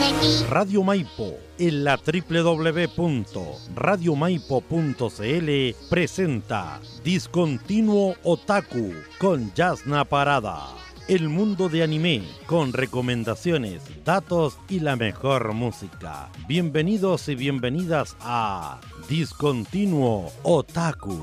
Radio Maipo en la www.radiomaipo.cl presenta Discontinuo Otaku con Yasna Parada. El mundo de anime con recomendaciones, datos y la mejor música. Bienvenidos y bienvenidas a Discontinuo Otaku.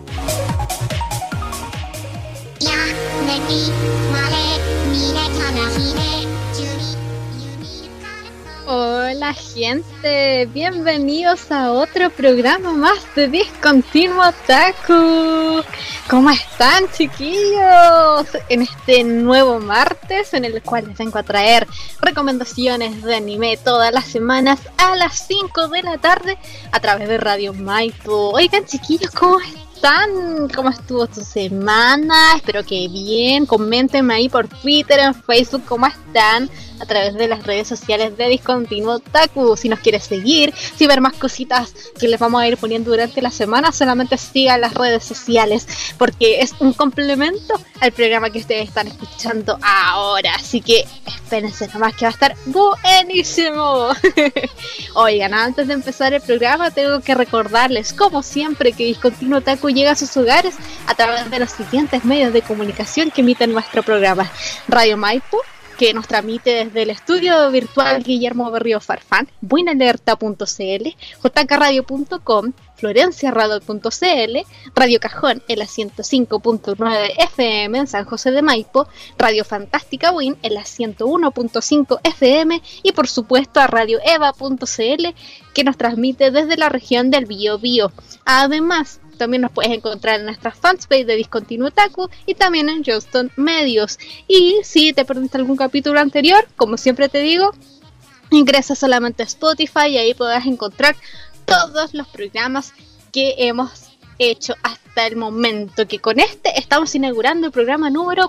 Hola gente, bienvenidos a otro programa más de Discontinuo Otaku. ¿Cómo están, chiquillos? En este nuevo martes en el cual les vengo a traer recomendaciones de anime todas las semanas a las 5 de la tarde a través de Radio Maipo. Oigan, chiquillos, ¿cómo están? ¿Cómo estuvo tu semana? Espero que bien. Coméntenme ahí por Twitter, en Facebook, ¿cómo están? A través de las redes sociales de Discontinuo Otaku. Si nos quieres seguir, si ver más cositas que les vamos a ir poniendo durante la semana, solamente sigan las redes sociales, porque es un complemento al programa que ustedes están escuchando ahora. Así que espérense nomás que va a estar buenísimo. Oigan, antes de empezar el programa tengo que recordarles, como siempre, que Discontinuo Otaku llega a sus hogares a través de los siguientes medios de comunicación que emiten nuestro programa: Radio Maipo, que nos transmite desde el estudio virtual Guillermo Berrío Farfán, buenalerta.cl, jkradio.com, florenciaradio.cl, Radio Cajón en la 105.9 FM en San José de Maipo, Radio Fantástica Win en la 101.5 FM y por supuesto a Radio Eva.cl, que nos transmite desde la región del Biobío. Además, también nos puedes encontrar en nuestras fanpage de Discontinuo Otaku y también en Johnston Medios. Y si te perdiste algún capítulo anterior, como siempre te digo, ingresa solamente a Spotify y ahí podrás encontrar todos los programas que hemos hecho hasta el momento, que con este estamos inaugurando el programa número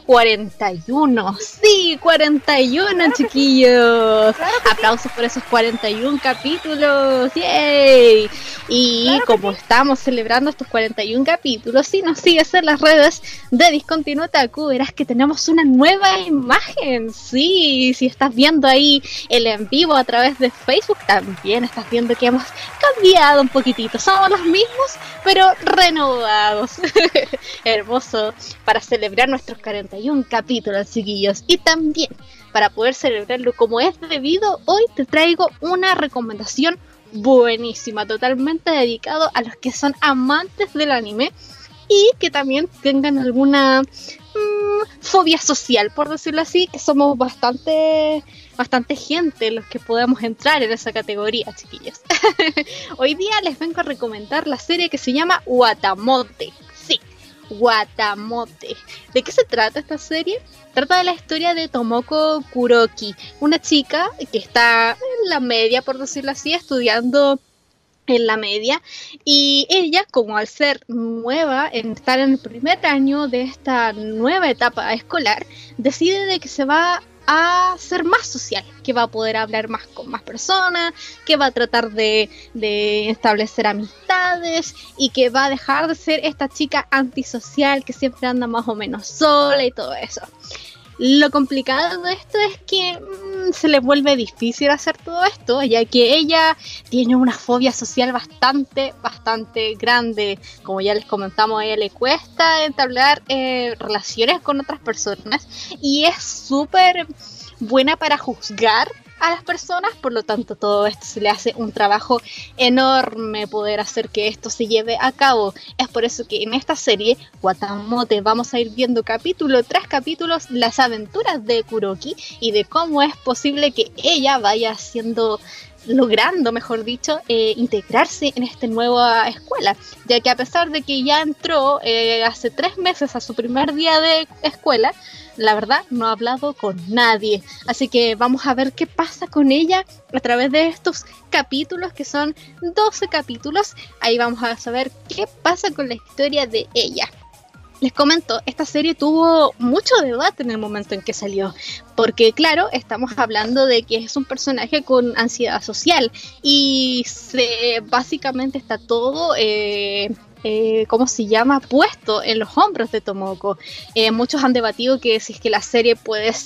41. Sí, 41, chiquillos. Aplausos por esos 41 capítulos. ¡Yay! Y como estamos celebrando estos 41 capítulos, si nos sigues en las redes de Discontinuo Otaku, verás que tenemos una nueva imagen. Sí, si estás viendo ahí el en vivo a través de Facebook, también estás viendo que hemos cambiado un poquitito. Somos los mismos, pero renovados. Hermoso, para celebrar nuestros 41 capítulos, chiquillos. Y también, para poder celebrarlo como es debido, hoy te traigo una recomendación buenísima, totalmente dedicado a los que son amantes del anime y que también tengan alguna fobia social, por decirlo así, que somos bastante gente los que podemos entrar en esa categoría, chiquillos. Hoy día les vengo a recomendar la serie que se llama Watamote. Sí, Watamote. ¿De qué se trata esta serie? Trata de la historia de Tomoko Kuroki, una chica que está en la media, por decirlo así, estudiando en la media, y ella, como al ser nueva, en estar en el primer año de esta nueva etapa escolar, decide de que se va a ser más social, que va a poder hablar más con más personas, que va a tratar de establecer amistades y que va a dejar de ser esta chica antisocial que siempre anda más o menos sola y todo eso. Lo complicado de esto es que se le vuelve difícil hacer todo esto, ya que ella tiene una fobia social bastante grande. Como ya les comentamos, a ella le cuesta entablar relaciones con otras personas y es súper buena para juzgar a las personas, por lo tanto todo esto se le hace un trabajo enorme poder hacer que esto se lleve a cabo. Es por eso que en esta serie Watamote vamos a ir viendo capítulo tras capítulo las aventuras de Kuroki y de cómo es posible que ella vaya logrando, mejor dicho, integrarse en esta nueva escuela, ya que a pesar de que ya entró hace 3 meses a su primer día de escuela, la verdad no ha hablado con nadie. Así que vamos a ver qué pasa con ella a través de estos capítulos, que son 12 capítulos. Ahí vamos a saber qué pasa con la historia de ella. Les comento, esta serie tuvo mucho debate en el momento en que salió, porque claro, estamos hablando de que es un personaje con ansiedad social y básicamente está todo ¿cómo se llama?, puesto en los hombros de Tomoko. Muchos han debatido que si es que la serie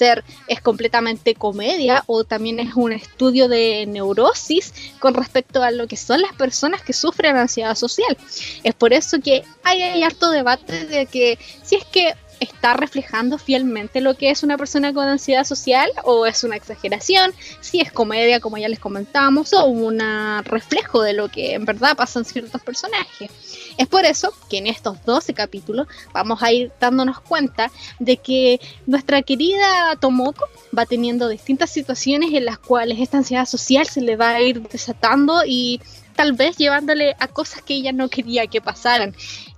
es completamente comedia o también es un estudio de neurosis con respecto a lo que son las personas que sufren ansiedad social. Es por eso que hay harto debate de que si es que está reflejando fielmente lo que es una persona con ansiedad social o es una exageración, si es comedia como ya les comentamos o un reflejo de lo que en verdad pasan ciertos personajes. Es por eso que en estos 12 capítulos vamos a ir dándonos cuenta de que nuestra querida Tomoko va teniendo distintas situaciones en las cuales esta ansiedad social se le va a ir desatando y tal vez llevándole a cosas que ella no quería que pasaran.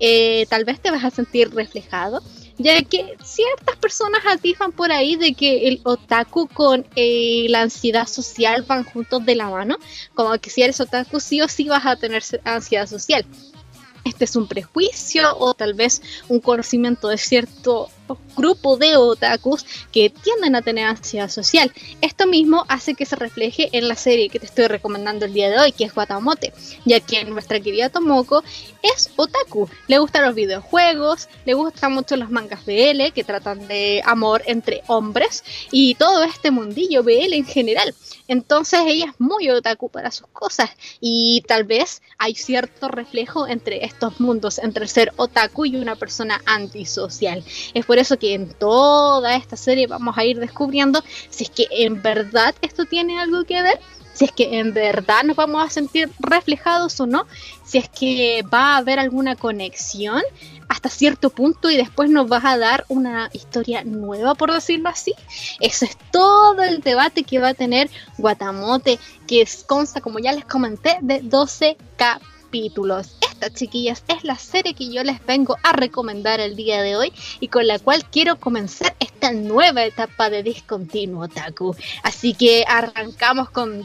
Tal vez te vas a sentir reflejado, ya que ciertas personas atisban por ahí de que el otaku con la ansiedad social van juntos de la mano, como que si eres otaku sí o sí vas a tener ansiedad social. Este es un prejuicio o tal vez un conocimiento de cierto grupo de otakus que tienden a tener ansiedad social. Esto mismo hace que se refleje en la serie que te estoy recomendando el día de hoy, que es Watamote, ya que nuestra querida Tomoko es otaku, le gustan los videojuegos, le gustan mucho los mangas BL que tratan de amor entre hombres y todo este mundillo BL en general. Entonces ella es muy otaku para sus cosas y tal vez hay cierto reflejo entre estos mundos, entre ser otaku y una persona antisocial. Es por eso que en toda esta serie vamos a ir descubriendo si es que en verdad esto tiene algo que ver, si es que en verdad nos vamos a sentir reflejados o no, si es que va a haber alguna conexión hasta cierto punto y después nos vas a dar una historia nueva, por decirlo así. Eso es todo el debate que va a tener Watamote, que consta, como ya les comenté, de 12 capítulos. Esta, chiquillas, es la serie que yo les vengo a recomendar el día de hoy y con la cual quiero comenzar esta nueva etapa de Discontinuo Otaku. Así que arrancamos con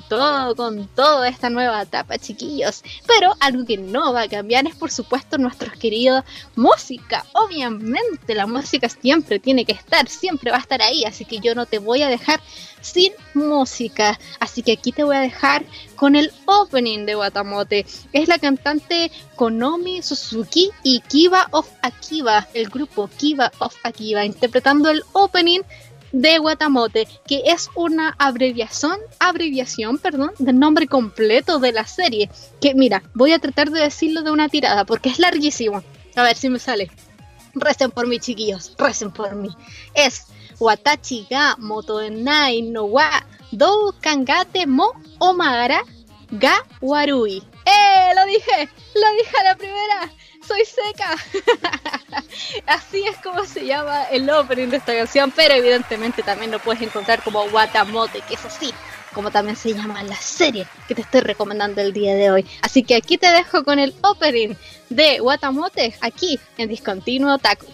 todo esta nueva etapa, chiquillos. Pero algo que no va a cambiar es, por supuesto, nuestra querida música. Obviamente la música siempre tiene que estar, siempre va a estar ahí, así que yo no te voy a dejar sin música. Así que aquí te voy a dejar con el opening de Watamote. Es la cantante Konomi Suzuki y Kiba of Akiba, el grupo Kiba of Akiba, interpretando el opening de Watamote, que es una abreviación, del nombre completo de la serie. Que mira, voy a tratar de decirlo de una tirada porque es larguísimo. A ver si me sale. Recen por mí, chiquillos, recen por mí. Es Watachi ga motonai no wa dou kangate mo omagara ga warui. Lo dije a la primera. Soy seca. Así es como se llama el opening de esta canción, pero evidentemente también lo puedes encontrar como Watamote, que es así como también se llama la serie que te estoy recomendando el día de hoy. Así que aquí te dejo con el opening de Watamote, aquí en Discontinuo Otaku.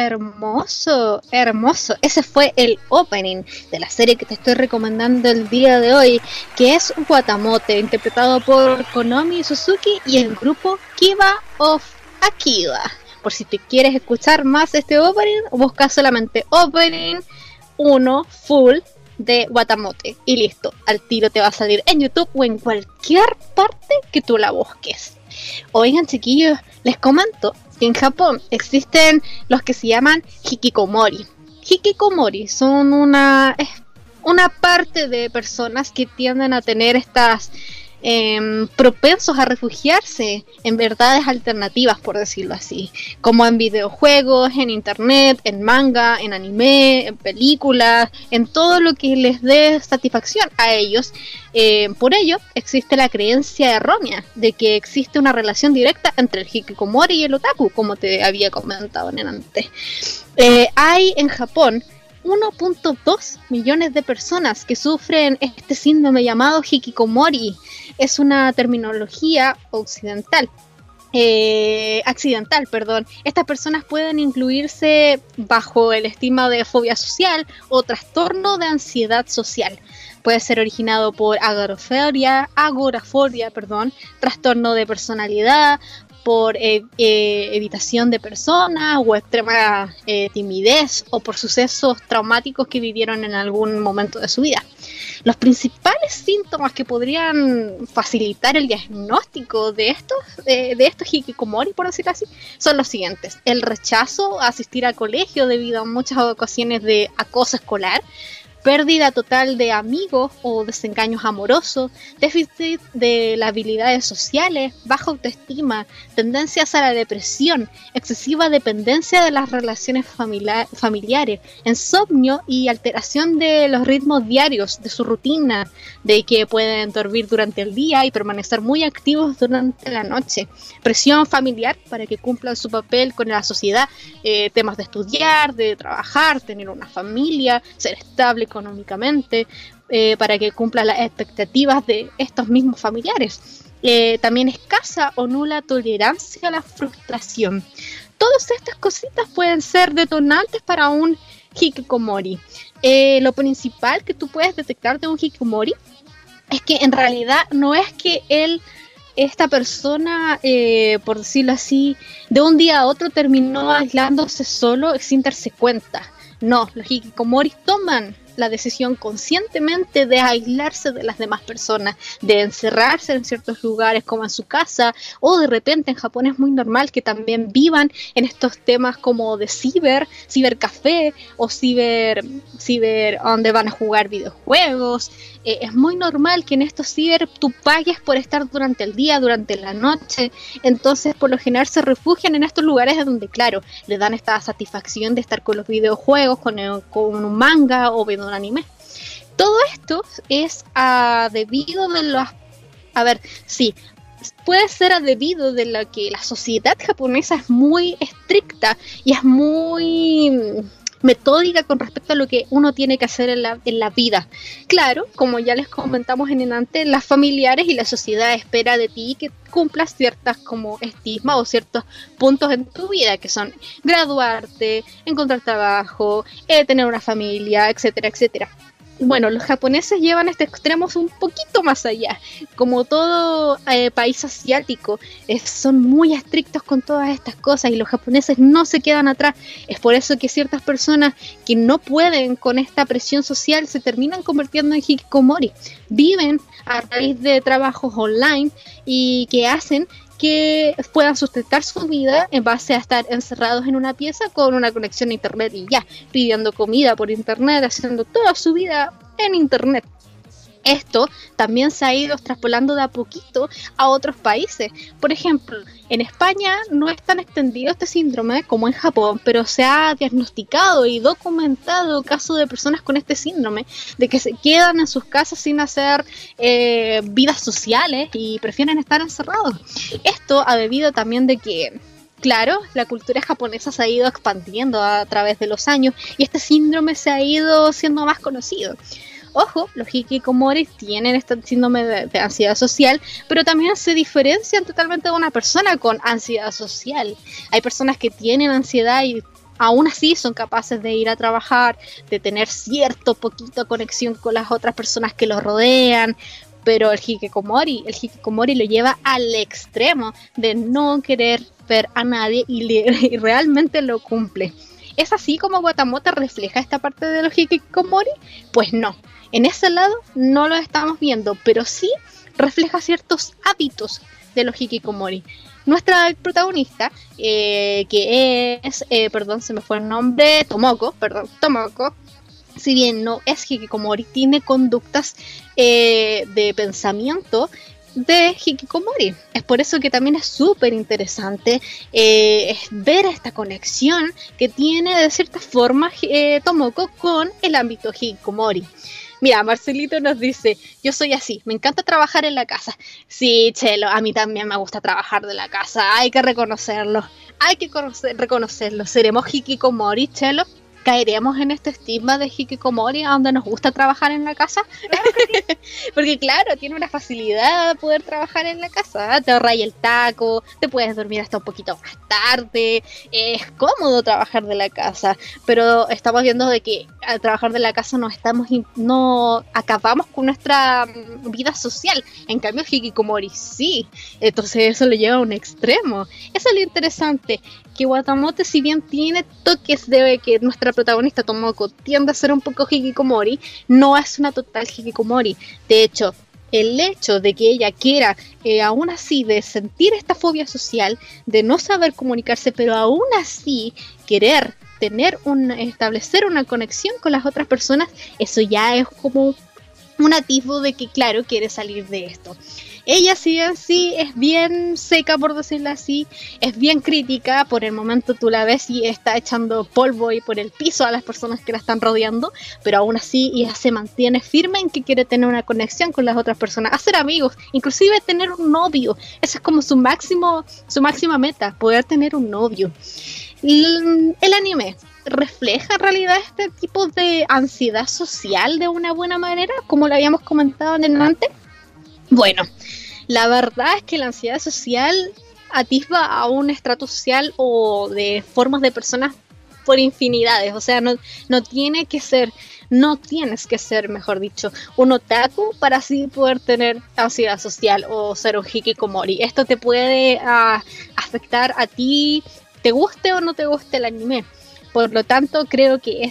hermoso, hermoso. Ese fue el opening de la serie que te estoy recomendando el día de hoy, que es Watamote, interpretado por Konomi Suzuki y el grupo Kiba of Akiba. Por si te quieres escuchar más este opening, busca solamente opening 1 full de Watamote y listo, al tiro te va a salir en YouTube o en cualquier parte que tú la busques. Oigan, chiquillos, les comento que en Japón existen los que se llaman hikikomori. Hikikomori son una parte de personas que tienden a tener estas propensos a refugiarse en verdades alternativas, por decirlo así, como en videojuegos, en internet, en manga, en anime, en películas, en todo lo que les dé satisfacción a ellos. Por ello existe la creencia errónea de que existe una relación directa entre el hikikomori y el otaku, como te había comentado antes. Hay en Japón 1.2 millones de personas que sufren este síndrome llamado hikikomori. Es una terminología accidental. Estas personas pueden incluirse bajo el estigma de fobia social o trastorno de ansiedad social. Puede ser originado por agorafobia, trastorno de personalidad, por evitación de personas o extrema timidez o por sucesos traumáticos que vivieron en algún momento de su vida. Los principales síntomas que podrían facilitar el diagnóstico de estos hikikomori, por decirlo así, son los siguientes: el rechazo a asistir al colegio debido a muchas ocasiones de acoso escolar, pérdida total de amigos o desengaños amorosos, déficit de las habilidades sociales, baja autoestima, tendencias a la depresión, excesiva dependencia de las relaciones familiares, insomnio y alteración de los ritmos diarios, de su rutina, de que pueden dormir durante el día y permanecer muy activos durante la noche, presión familiar para que cumplan su papel con la sociedad, temas de estudiar, de trabajar, tener una familia, ser estable económicamente, para que cumpla las expectativas de estos mismos familiares. También escasa o nula tolerancia a la frustración. Todas estas cositas pueden ser detonantes para un hikikomori. Lo principal que tú puedes detectar de un hikikomori es que en realidad no es que esta persona, por decirlo así, de un día a otro terminó aislándose solo sin darse cuenta. No, los hikikomoris toman la decisión conscientemente de aislarse de las demás personas, de encerrarse en ciertos lugares como en su casa, o de repente en Japón es muy normal que también vivan en estos temas como de cibercafé o ciber donde van a jugar videojuegos. Es muy normal que en estos ciber tú pagues por estar durante el día, durante la noche. Entonces por lo general se refugian en estos lugares donde, claro, le dan esta satisfacción de estar con los videojuegos, con un manga o viendo un anime. Todo esto es debido de las... puede ser debido de lo que la sociedad japonesa es muy estricta y es muy metódica con respecto a lo que uno tiene que hacer en la vida. Claro, como ya les comentamos en antes, las familiares y la sociedad espera de ti que cumplas ciertas como estigmas o ciertos puntos en tu vida, que son graduarte, encontrar trabajo, tener una familia, etcétera, etcétera. Bueno, los japoneses llevan este extremo un poquito más allá. Como todo país asiático, son muy estrictos con todas estas cosas y los japoneses no se quedan atrás. Es por eso que ciertas personas que no pueden con esta presión social se terminan convirtiendo en hikikomori. Viven a raíz de trabajos online y que hacen que puedan sustentar su vida en base a estar encerrados en una pieza con una conexión a internet y ya, pidiendo comida por internet, haciendo toda su vida en internet. Esto también se ha ido extrapolando de a poquito a otros países. Por ejemplo, en España no es tan extendido este síndrome como en Japón, pero se ha diagnosticado y documentado casos de personas con este síndrome, de que se quedan en sus casas sin hacer vidas sociales y prefieren estar encerrados. Esto ha debido también de que, claro, la cultura japonesa se ha ido expandiendo a través de los años y este síndrome se ha ido siendo más conocido. Ojo, los hikikomoris tienen este síndrome de ansiedad social, pero también se diferencian totalmente de una persona con ansiedad social. Hay personas que tienen ansiedad y aún así son capaces de ir a trabajar, de tener cierto poquito conexión con las otras personas que los rodean, pero el hikikomori lo lleva al extremo de no querer ver a nadie y realmente lo cumple. ¿Es así como Watamote refleja esta parte de los hikikomori? Pues no, en ese lado no lo estamos viendo, pero sí refleja ciertos hábitos de los hikikomori. Nuestra protagonista, que es, se me fue el nombre, Tomoko, si bien no es hikikomori, tiene conductas de pensamiento de hikikomori. Es por eso que también es súper interesante ver esta conexión que tiene de cierta forma Tomoko con el ámbito hikikomori. Mira, Marcelito nos dice, yo soy así, me encanta trabajar en la casa. Sí, Chelo, a mí también me gusta trabajar de la casa, hay que reconocerlo. ¿Seremos hikikomori, Chelo? ¿Caeremos en este estigma de hikikomori a donde nos gusta trabajar en la casa? Claro que sí. Porque claro, tiene una facilidad de poder trabajar en la casa, te ahorras el taco, te puedes dormir hasta un poquito más tarde, es cómodo trabajar de la casa, pero estamos viendo de que al trabajar de la casa no acabamos con nuestra vida social. En cambio hikikomori sí, entonces eso lo lleva a un extremo. Eso es lo interesante, que Watamote, si bien tiene toques de que nuestra protagonista Tomoko tiende a ser un poco hikikomori, no es una total hikikomori. De hecho, el hecho de que ella quiera, aún así, de sentir esta fobia social, de no saber comunicarse, pero aún así querer establecer una conexión con las otras personas, eso ya es como un atisbo de que, claro, quiere salir de esto. Ella sí es bien seca, por decirlo así, es bien crítica, por el momento tú la ves y está echando polvo y por el piso a las personas que la están rodeando, pero aún así ella se mantiene firme en que quiere tener una conexión con las otras personas, hacer amigos, inclusive tener un novio. Esa es como su máxima meta, poder tener un novio. El anime refleja en realidad este tipo de ansiedad social de una buena manera, como lo habíamos comentado antes. Bueno, la verdad es que la ansiedad social atisba a un estrato social o de formas de personas por infinidades. O sea, no tienes que ser, mejor dicho, un otaku para así poder tener ansiedad social o ser un hikikomori. Esto te puede afectar a ti, te guste o no te guste el anime. Por lo tanto, creo que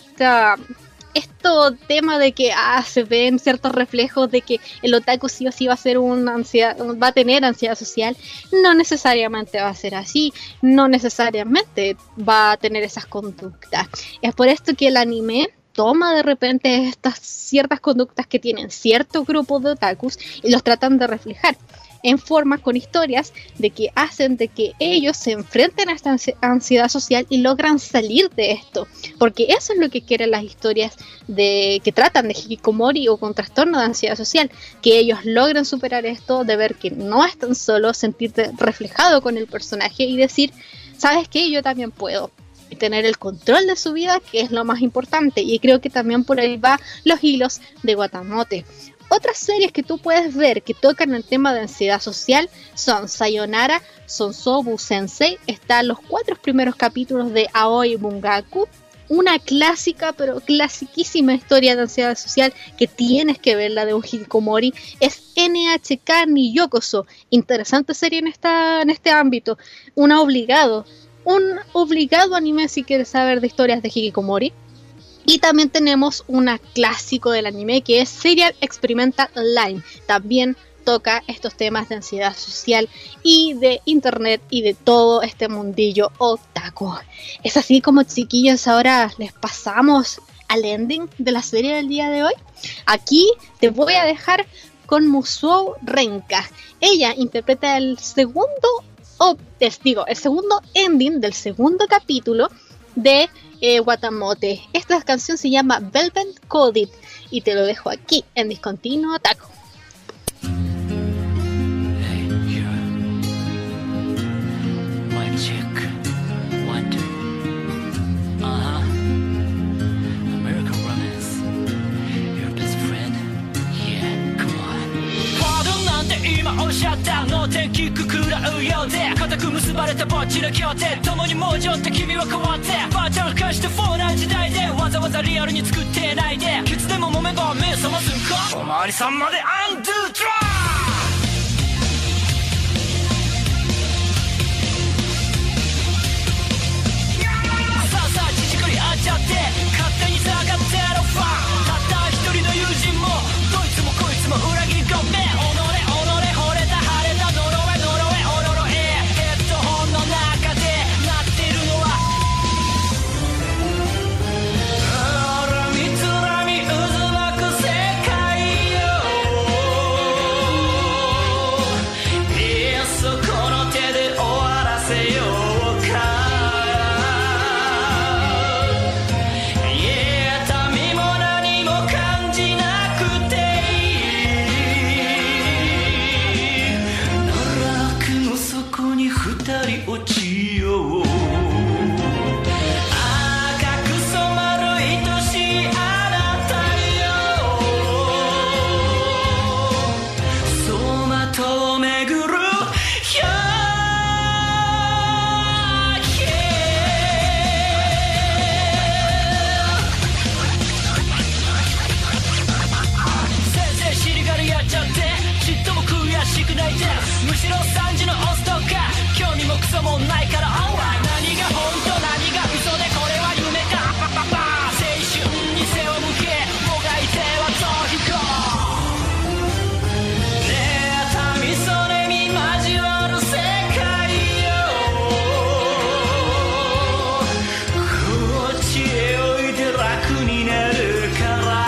tema de que se ven ciertos reflejos de que el otaku sí o sí va a tener ansiedad social, no necesariamente va a ser así, no necesariamente va a tener esas conductas. Es por esto que el anime toma de repente estas ciertas conductas que tienen ciertos grupos de otakus y los tratan de reflejar en formas con historias de que hacen de que ellos se enfrenten a esta ansiedad social y logran salir de esto, porque eso es lo que quieren las historias que tratan de hikikomori o con trastorno de ansiedad social, que ellos logren superar esto, de ver que no están solos, sentirte reflejado con el personaje y decir, ¿sabes qué? Yo también puedo. Y tener el control de su vida, que es lo más importante, y creo que también por ahí va los hilos de Watamote. Otras series que tú puedes ver que tocan el tema de ansiedad social son Sayonara, Sonsobu Sensei, están los 4 primeros capítulos de Aoi Bungaku, una clásica, pero clasiquísima historia de ansiedad social que tienes que verla de un hikikomori, es NHK ni Yokoso, interesante serie en este ámbito, un obligado anime si quieres saber de historias de hikikomori. Y también tenemos un clásico del anime que es Serial Experimental Line. También toca estos temas de ansiedad social y de internet y de todo este mundillo otaku. Es así como, chiquillos, ahora les pasamos al ending de la serie del día de hoy. Aquí te voy a dejar con Musou Renka. Ella interpreta el segundo ending del segundo capítulo de Watamote. Esta canción se llama Velvet Coded y te lo dejo aquí en Discontinuo Otaku. Hey, Hiro. My chick. What? American Romance. Your best friend? Yeah, come on. 화도 난데 이만 今おっしゃった脳天気く食らうようで固く結ばれたぼっちの協定共にもうちょっと君は変わってバーチャル化してフォーな時代でわざわざリアルに作ってないでケツでも揉めば目覚ますんかおまわりさんまでアンドゥトライ勝手に下がってるファンたった一人の友人もどいつもこいつも裏切りごめん惚れた晴れた呪えおろろヘッドホンの中で鳴ってるのは恨みつらみ渦巻く世界よいっそこの手で終わらせようか落ちよう赤く染まる愛しいあなたよ走馬灯を巡る先生尻軽やっちゃってちっとも悔しくないでむしろ3時のオスとか興味もクソもないから Alright 何が本当何が嘘でこれは夢か青春に背を向けもがいては逃避行妬みそれみ交わる世界よこっちへおいで楽になるから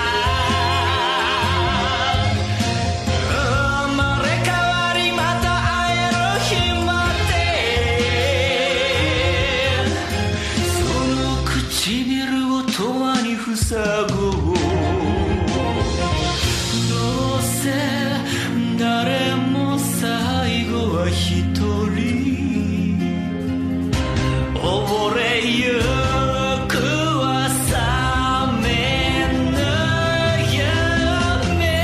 塞ごうどうせ誰も最後は一人溺れゆくは冷めぬ夢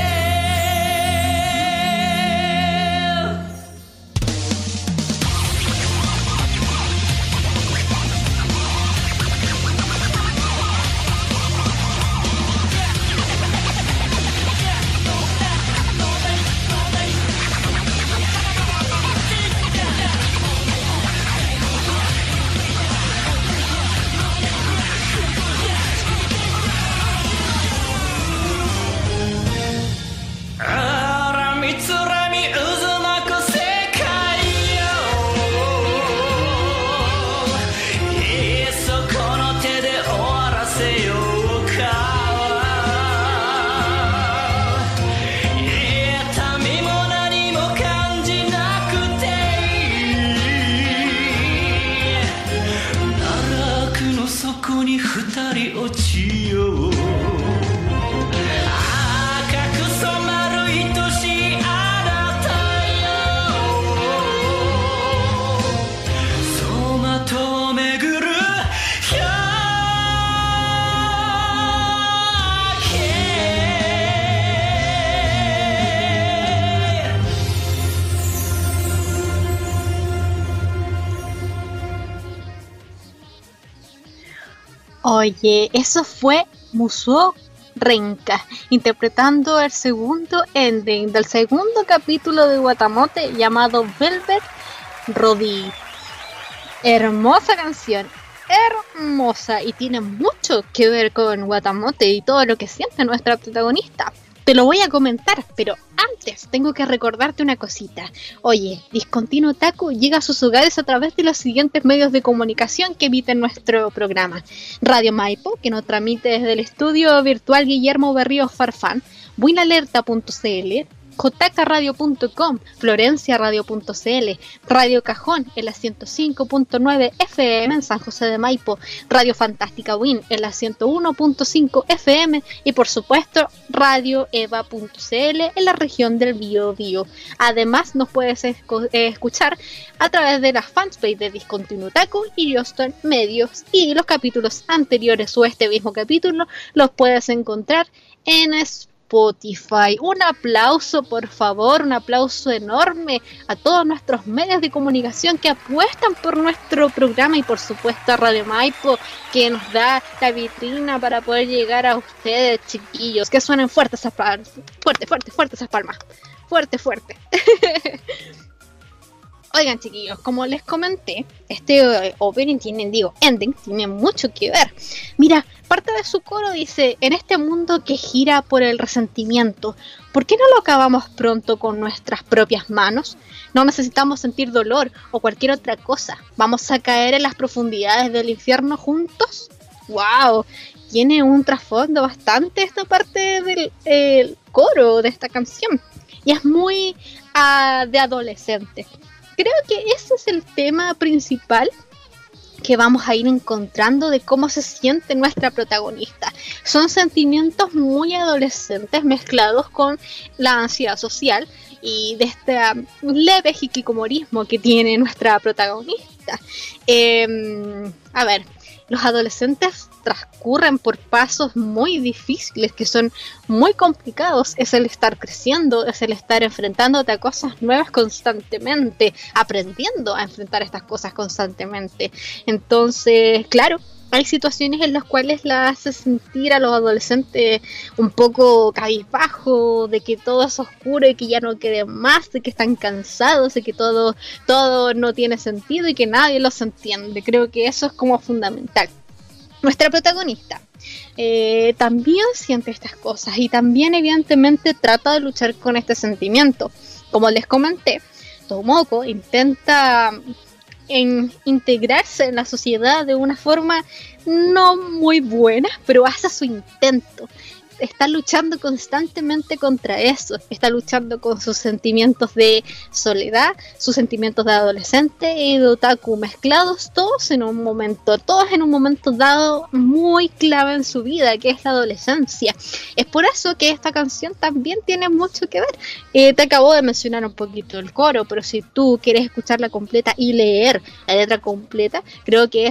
Oye, eso fue Musou Renka, interpretando el segundo ending del segundo capítulo de Watamote llamado Velvet Rodi. Hermosa canción, hermosa, y tiene mucho que ver con Watamote y todo lo que siente nuestra protagonista. Te lo voy a comentar, pero antes tengo que recordarte una cosita. Oye, Discontinuo Otaku llega a sus hogares a través de los siguientes medios de comunicación que emiten nuestro programa. Radio Maipo, que nos transmite desde el estudio virtual Guillermo Berríos Farfán, buinalerta.cl, jkaradio.com, florenciaradio.cl, Radio Cajón en la 105.9 FM en San José de Maipo, Radio Fantástica Win en la 101.5 FM y por supuesto Radio Eva.cl en la región del Biobío. Además nos puedes escuchar a través de las fanpage de Discontinuo Otaku y Yoston Medios, y los capítulos anteriores o este mismo capítulo los puedes encontrar en Spotify. Spotify. Un aplauso, por favor, un aplauso enorme a todos nuestros medios de comunicación que apuestan por nuestro programa y por supuesto a Radio Maipo, que nos da la vitrina para poder llegar a ustedes, chiquillos. Que suenen fuertes esas palmas. Fuerte esas palmas. Fuerte. Oigan, chiquillos, como les comenté, este ending tiene mucho que ver. Mira, parte de su coro dice: en este mundo que gira por el resentimiento, ¿por qué no lo acabamos pronto con nuestras propias manos? No necesitamos sentir dolor o cualquier otra cosa. ¿Vamos a caer en las profundidades del infierno juntos? ¡Wow! Tiene un trasfondo bastante esta parte del coro de esta canción. Y es muy de adolescente. Creo que ese es el tema principal que vamos a ir encontrando de cómo se siente nuestra protagonista. Son sentimientos muy adolescentes mezclados con la ansiedad social y de este leve hikikomorismo que tiene nuestra protagonista. A ver, los adolescentes transcurren por pasos muy difíciles que son muy complicados. Es el estar creciendo, es el estar enfrentándote a cosas nuevas constantemente, aprendiendo a enfrentar estas cosas constantemente. Entonces, claro, hay situaciones en las cuales la hace sentir a los adolescentes un poco cabizbajo, de que todo es oscuro y que ya no quieren más, de que están cansados, de que todo no tiene sentido y que nadie los entiende. Creo que eso es como fundamental. Nuestra protagonista también siente estas cosas y también evidentemente trata de luchar con este sentimiento. Como les comenté, Tomoko intenta integrarse en la sociedad de una forma no muy buena, pero hace su intento. Está luchando constantemente contra eso, está luchando con sus sentimientos de soledad, sus sentimientos de adolescente y de otaku mezclados, todos en un momento dado muy clave en su vida, que es la adolescencia. Es por eso que esta canción también tiene mucho que ver. Te acabo de mencionar un poquito el coro, pero si tú quieres escucharla completa y leer la letra completa, creo que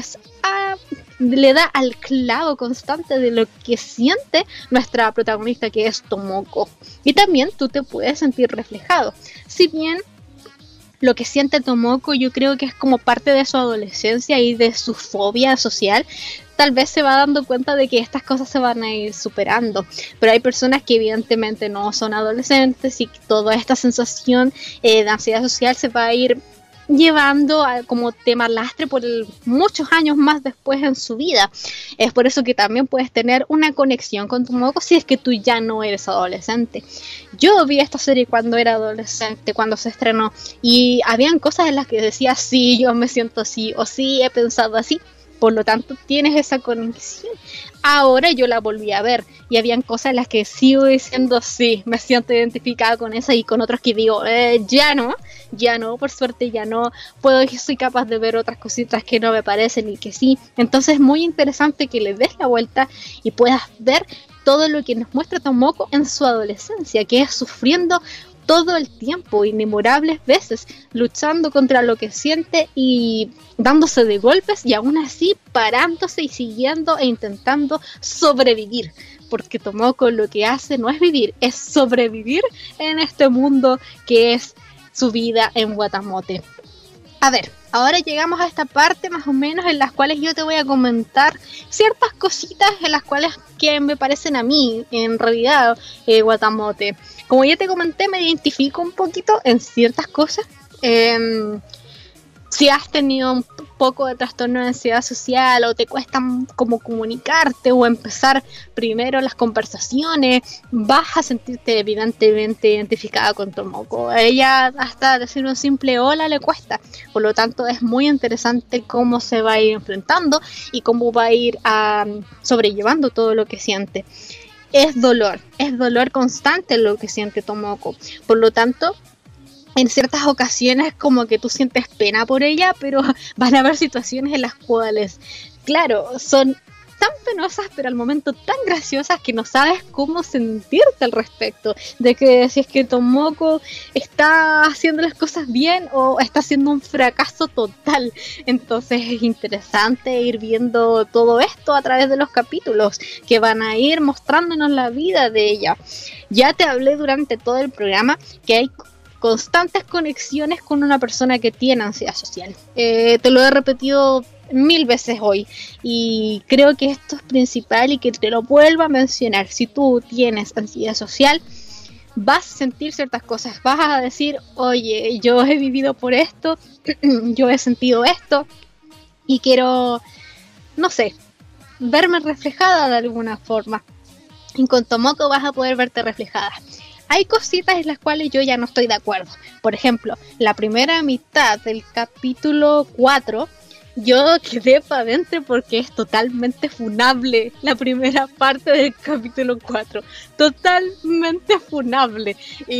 le da al clavo constante de lo que siente nuestra protagonista, que es Tomoko. Y también tú te puedes sentir reflejado. Si bien lo que siente Tomoko yo creo que es como parte de su adolescencia y de su fobia social, tal vez se va dando cuenta de que estas cosas se van a ir superando. Pero hay personas que evidentemente no son adolescentes y toda esta sensación de ansiedad social se va a ir llevando como tema lastre por muchos años más después en su vida. Es por eso que también puedes tener una conexión con Tomoko si es que tú ya no eres adolescente. Yo vi esta serie cuando era adolescente, cuando se estrenó, y habían cosas en las que decía: sí, yo me siento así, o sí, he pensado así. Por lo tanto, tienes esa conexión. Ahora yo la volví a ver y habían cosas en las que sigo diciendo: sí, me siento identificada con esa, y con otros que digo, ya no, por suerte ya no puedo, y soy capaz de ver otras cositas que no me parecen y que sí. Entonces es muy interesante que le des la vuelta y puedas ver todo lo que nos muestra Tomoko en su adolescencia, que es sufriendo todo el tiempo, innumerables veces, luchando contra lo que siente y dándose de golpes, y aún así parándose y siguiendo e intentando sobrevivir, porque Tomoko lo que hace no es vivir, es sobrevivir en este mundo que es su vida en Watamote. A ver, ahora llegamos a esta parte más o menos en las cuales yo te voy a comentar ciertas cositas en las cuales que me parecen a mí, en realidad, Watamote. Como ya te comenté, me identifico un poquito en ciertas cosas. Si has tenido un poco de trastorno de ansiedad social o te cuesta como comunicarte o empezar primero las conversaciones, vas a sentirte evidentemente identificada con Tomoko. A ella hasta decir un simple hola le cuesta. Por lo tanto, es muy interesante cómo se va a ir enfrentando y cómo va a ir sobrellevando todo lo que siente. Es dolor constante lo que siente Tomoko. Por lo tanto, en ciertas ocasiones como que tú sientes pena por ella, pero van a haber situaciones en las cuales, claro, son tan penosas, pero al momento tan graciosas que no sabes cómo sentirte al respecto. De que si es que Tomoko está haciendo las cosas bien o está haciendo un fracaso total. Entonces es interesante ir viendo todo esto a través de los capítulos que van a ir mostrándonos la vida de ella. Ya te hablé durante todo el programa que hay constantes conexiones con una persona que tiene ansiedad social. Te lo he repetido 1000 veces hoy y creo que esto es principal y que te lo vuelvo a mencionar. Si tú tienes ansiedad social, vas a sentir ciertas cosas, vas a decir, oye, yo he vivido por esto, yo he sentido esto y quiero, no sé, verme reflejada de alguna forma. Y con Tomoko vas a poder verte reflejada. Hay cositas en las cuales yo ya no estoy de acuerdo. Por ejemplo, la primera mitad del capítulo 4, yo quedé para adentro porque es totalmente funable. La primera parte del capítulo 4, totalmente funable.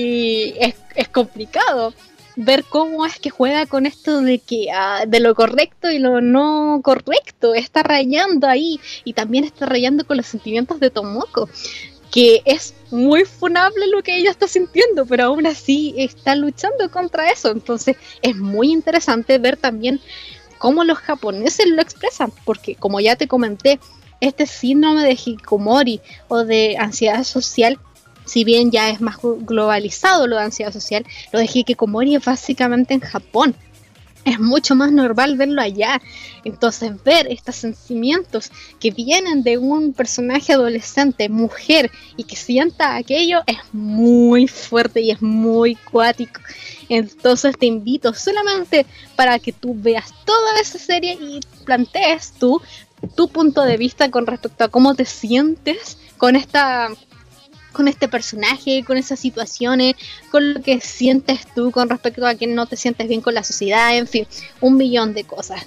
Y es complicado ver cómo es que juega con esto de que de lo correcto y lo no correcto. Está rayando ahí y también está rayando con los sentimientos de Tomoko, que es muy funable lo que ella está sintiendo, pero aún así está luchando contra eso. Entonces es muy interesante ver también cómo los japoneses lo expresan, porque como ya te comenté, este síndrome de hikikomori o de ansiedad social, si bien ya es más globalizado lo de ansiedad social, lo de hikikomori es básicamente en Japón. Es mucho más normal verlo allá. Entonces ver estos sentimientos que vienen de un personaje adolescente, mujer, y que sienta aquello es muy fuerte y es muy cuático. Entonces te invito solamente para que tú veas toda esa serie y plantees tu punto de vista con respecto a cómo te sientes con este personaje, con esas situaciones, con lo que sientes tú con respecto a que no te sientes bien con la sociedad, en fin, un millón de cosas.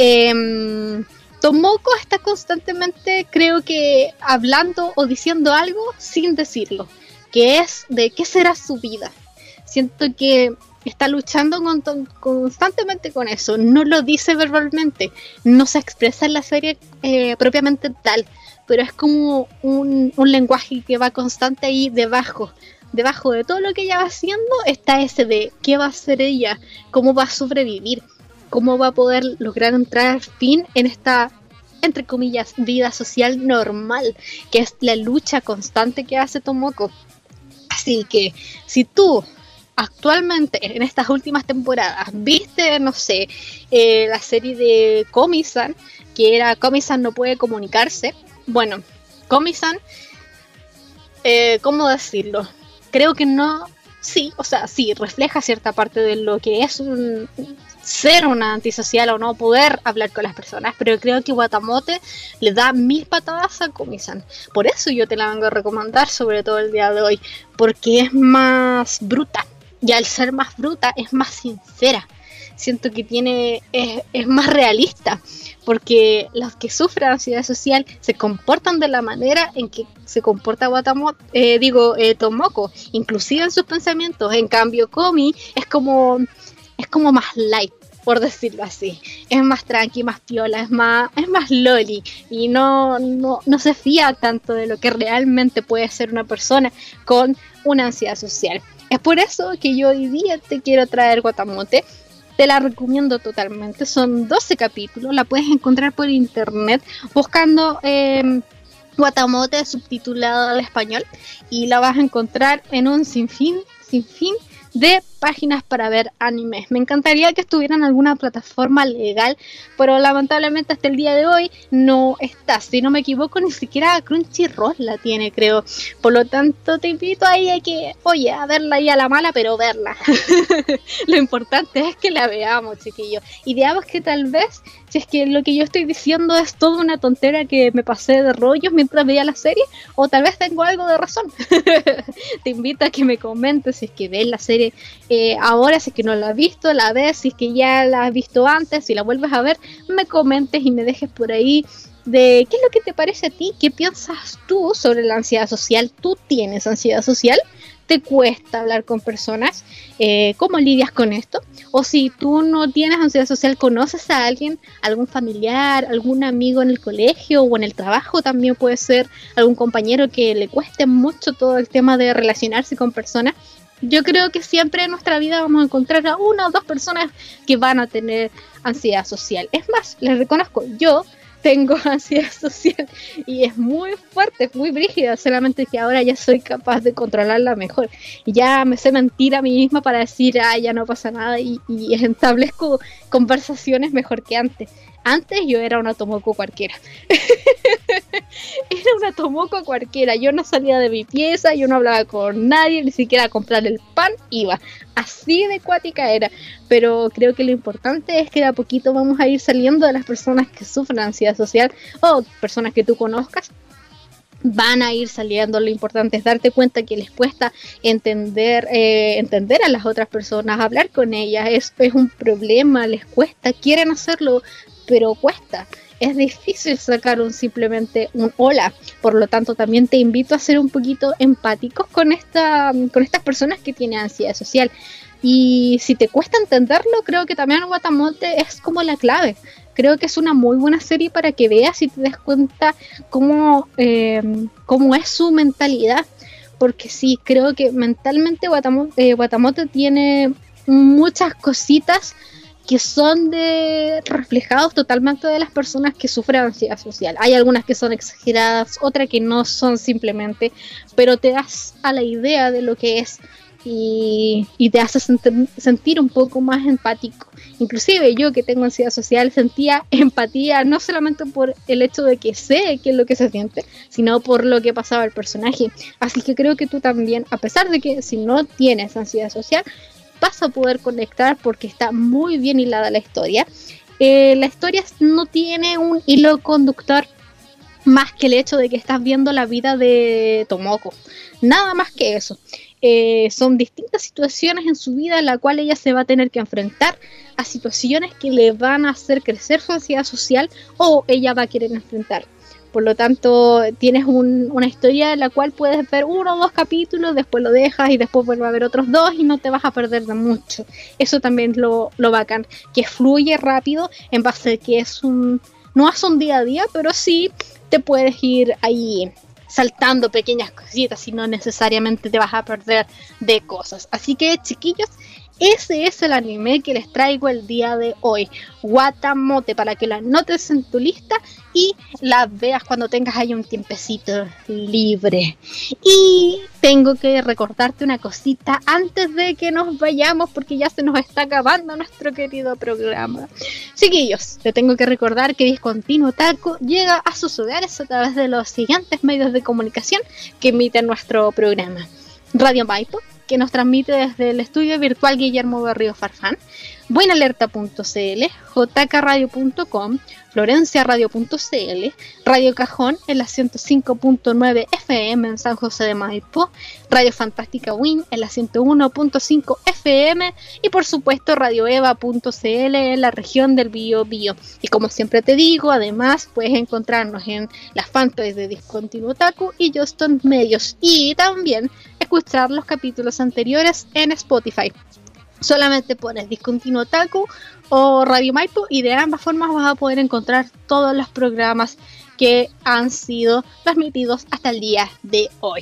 Tomoko está constantemente, creo que, hablando o diciendo algo sin decirlo, que es de qué será su vida. Siento que está luchando constantemente con eso, no lo dice verbalmente, no se expresa en la serie propiamente tal, pero es como un lenguaje que va constante ahí debajo de todo lo que ella va haciendo. Está ese de qué va a hacer ella, cómo va a sobrevivir, cómo va a poder lograr entrar al fin en esta, entre comillas, vida social normal, que es la lucha constante que hace Tomoko. Así que si tú actualmente en estas últimas temporadas viste, no sé, la serie de Komi-san, que era Komi-san no puede comunicarse. Bueno, Komi-san, ¿cómo decirlo? Creo que no, sí, o sea, sí, refleja cierta parte de lo que es ser una antisocial o no poder hablar con las personas, pero creo que Watamote le da 1000 patadas a Komi-san. Por eso yo te la vengo a recomendar, sobre todo el día de hoy, porque es más bruta, y al ser más bruta es más sincera. Siento que es más realista, porque los que sufren ansiedad social se comportan de la manera en que se comporta Tomoko, inclusive en sus pensamientos. En cambio, Komi es como más light, por decirlo así. Es más tranqui, más piola, es más loli, y no se fía tanto de lo que realmente puede ser una persona con una ansiedad social. Es por eso que yo hoy día te quiero traer Watamote. Te la recomiendo totalmente. Son 12 capítulos. La puedes encontrar por internet buscando Watamote subtitulado al español. Y la vas a encontrar en un sinfín de páginas para ver animes. Me encantaría que estuviera en alguna plataforma legal, pero lamentablemente hasta el día de hoy no está. Si no me equivoco, ni siquiera Crunchyroll la tiene, creo. Por lo tanto, te invito ahí a que, oye, a verla ahí a la mala, pero verla. Lo importante es que la veamos, chiquillos. Y veamos que tal vez, si es que lo que yo estoy diciendo es toda una tontera que me pasé de rollos mientras veía la serie, o tal vez tengo algo de razón. Te invito a que me comentes si es que ves la serie ahora, si es que no la has visto, la ves, si es que ya la has visto antes, si la vuelves a ver, me comentes y me dejes por ahí de qué es lo que te parece a ti, qué piensas tú sobre la ansiedad social. ¿Tú tienes ansiedad social? te cuesta hablar con personas, ¿cómo lidias con esto? O si tú no tienes ansiedad social, ¿conoces a alguien, algún familiar, algún amigo en el colegio o en el trabajo? También puede ser algún compañero que le cueste mucho todo el tema de relacionarse con personas. Yo creo que siempre en nuestra vida vamos a encontrar a una o dos personas que van a tener ansiedad social. Es más, les reconozco, yo tengo ansiedad social y es muy fuerte, es muy brígida, solamente que ahora ya soy capaz de controlarla mejor. Y ya me sé mentir a mí misma para decir, ya no pasa nada y establezco conversaciones mejor que antes. Antes yo era una tomoco cualquiera. Era una tomoco cualquiera. Yo no salía de mi pieza, yo no hablaba con nadie, ni siquiera a comprar el pan iba. Así de cuática era. Pero creo que lo importante es que de a poquito vamos a ir saliendo de las personas que sufren ansiedad social o personas que tú conozcas. Van a ir saliendo. Lo importante es darte cuenta que les cuesta entender a las otras personas, hablar con ellas. Es un problema, les cuesta, quieren hacerlo, pero cuesta. Es difícil sacar simplemente un hola. Por lo tanto, también te invito a ser un poquito empáticos con estas personas que tienen ansiedad social. Y si te cuesta entenderlo, creo que también Watamote es como la clave. Creo que es una muy buena serie para que veas y te des cuenta cómo es su mentalidad. Porque sí, creo que mentalmente Watamote tiene muchas cositas que son reflejados totalmente de las personas que sufren ansiedad social. Hay algunas que son exageradas, otras que no son simplemente, pero te das a la idea de lo que es y te hace sentir un poco más empático. Inclusive yo, que tengo ansiedad social, sentía empatía no solamente por el hecho de que sé qué es lo que se siente, sino por lo que pasaba el personaje. Así que creo que tú también, a pesar de que si no tienes ansiedad social, vas a poder conectar porque está muy bien hilada la historia. La historia no tiene un hilo conductor más que el hecho de que estás viendo la vida de Tomoko. Nada más que eso. Son distintas situaciones en su vida en la cual ella se va a tener que enfrentar a situaciones que le van a hacer crecer su ansiedad social o ella va a querer enfrentar. Por lo tanto, tienes una historia en la cual puedes ver 1 o 2 capítulos, después lo dejas y después vuelve a ver otros 2 y no te vas a perder de mucho. Eso también es lo bacán, que fluye rápido en base a que no es un día a día, pero sí te puedes ir ahí saltando pequeñas cositas y no necesariamente te vas a perder de cosas. Así que, chiquillos, ese es el anime que les traigo el día de hoy, Watamote, para que la anotes en tu lista y la veas cuando tengas ahí un tiempecito libre. Y tengo que recordarte una cosita antes de que nos vayamos, porque ya se nos está acabando nuestro querido programa. Chiquillos, te tengo que recordar que Discontinuo Otaku llega a sus hogares a través de los siguientes medios de comunicación que emiten nuestro programa: Radio Maipo, que nos transmite desde el estudio virtual Guillermo Berrío Farfán, buenalerta.cl, jkradio.com, florenciaradio.cl, Radio Cajón en la 105.9 FM en San José de Maipo, Radio Fantástica Win en la 101.5 FM y por supuesto radioeva.cl en la región del Biobío. Y como siempre te digo, además puedes encontrarnos en las fanpages de Discontinuo Otaku y Juston Medios, y también escuchar los capítulos anteriores en Spotify. Solamente pones Discontinuo Otaku o Radio Maipo y de ambas formas vas a poder encontrar todos los programas que han sido transmitidos hasta el día de hoy.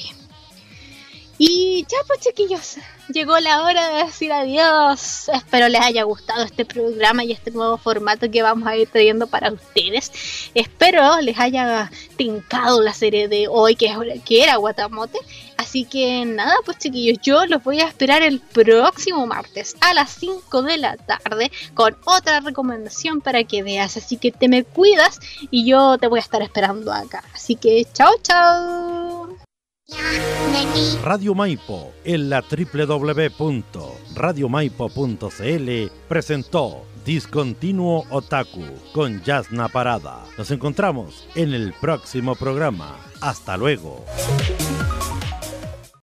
Y ya pues, chiquillos, llegó la hora de decir adiós. Espero les haya gustado este programa y este nuevo formato que vamos a ir trayendo para ustedes. Espero les haya tincado la serie de hoy que era Watamote. Así que nada, pues chiquillos, yo los voy a esperar el próximo martes a las 5 de la tarde con otra recomendación para que veas. Así que te me cuidas y yo te voy a estar esperando acá. Así que chao, chao. Radio Maipo en la www.radiomaipo.cl presentó Discontinuo Otaku con Yasna Parada. Nos encontramos en el próximo programa. Hasta luego.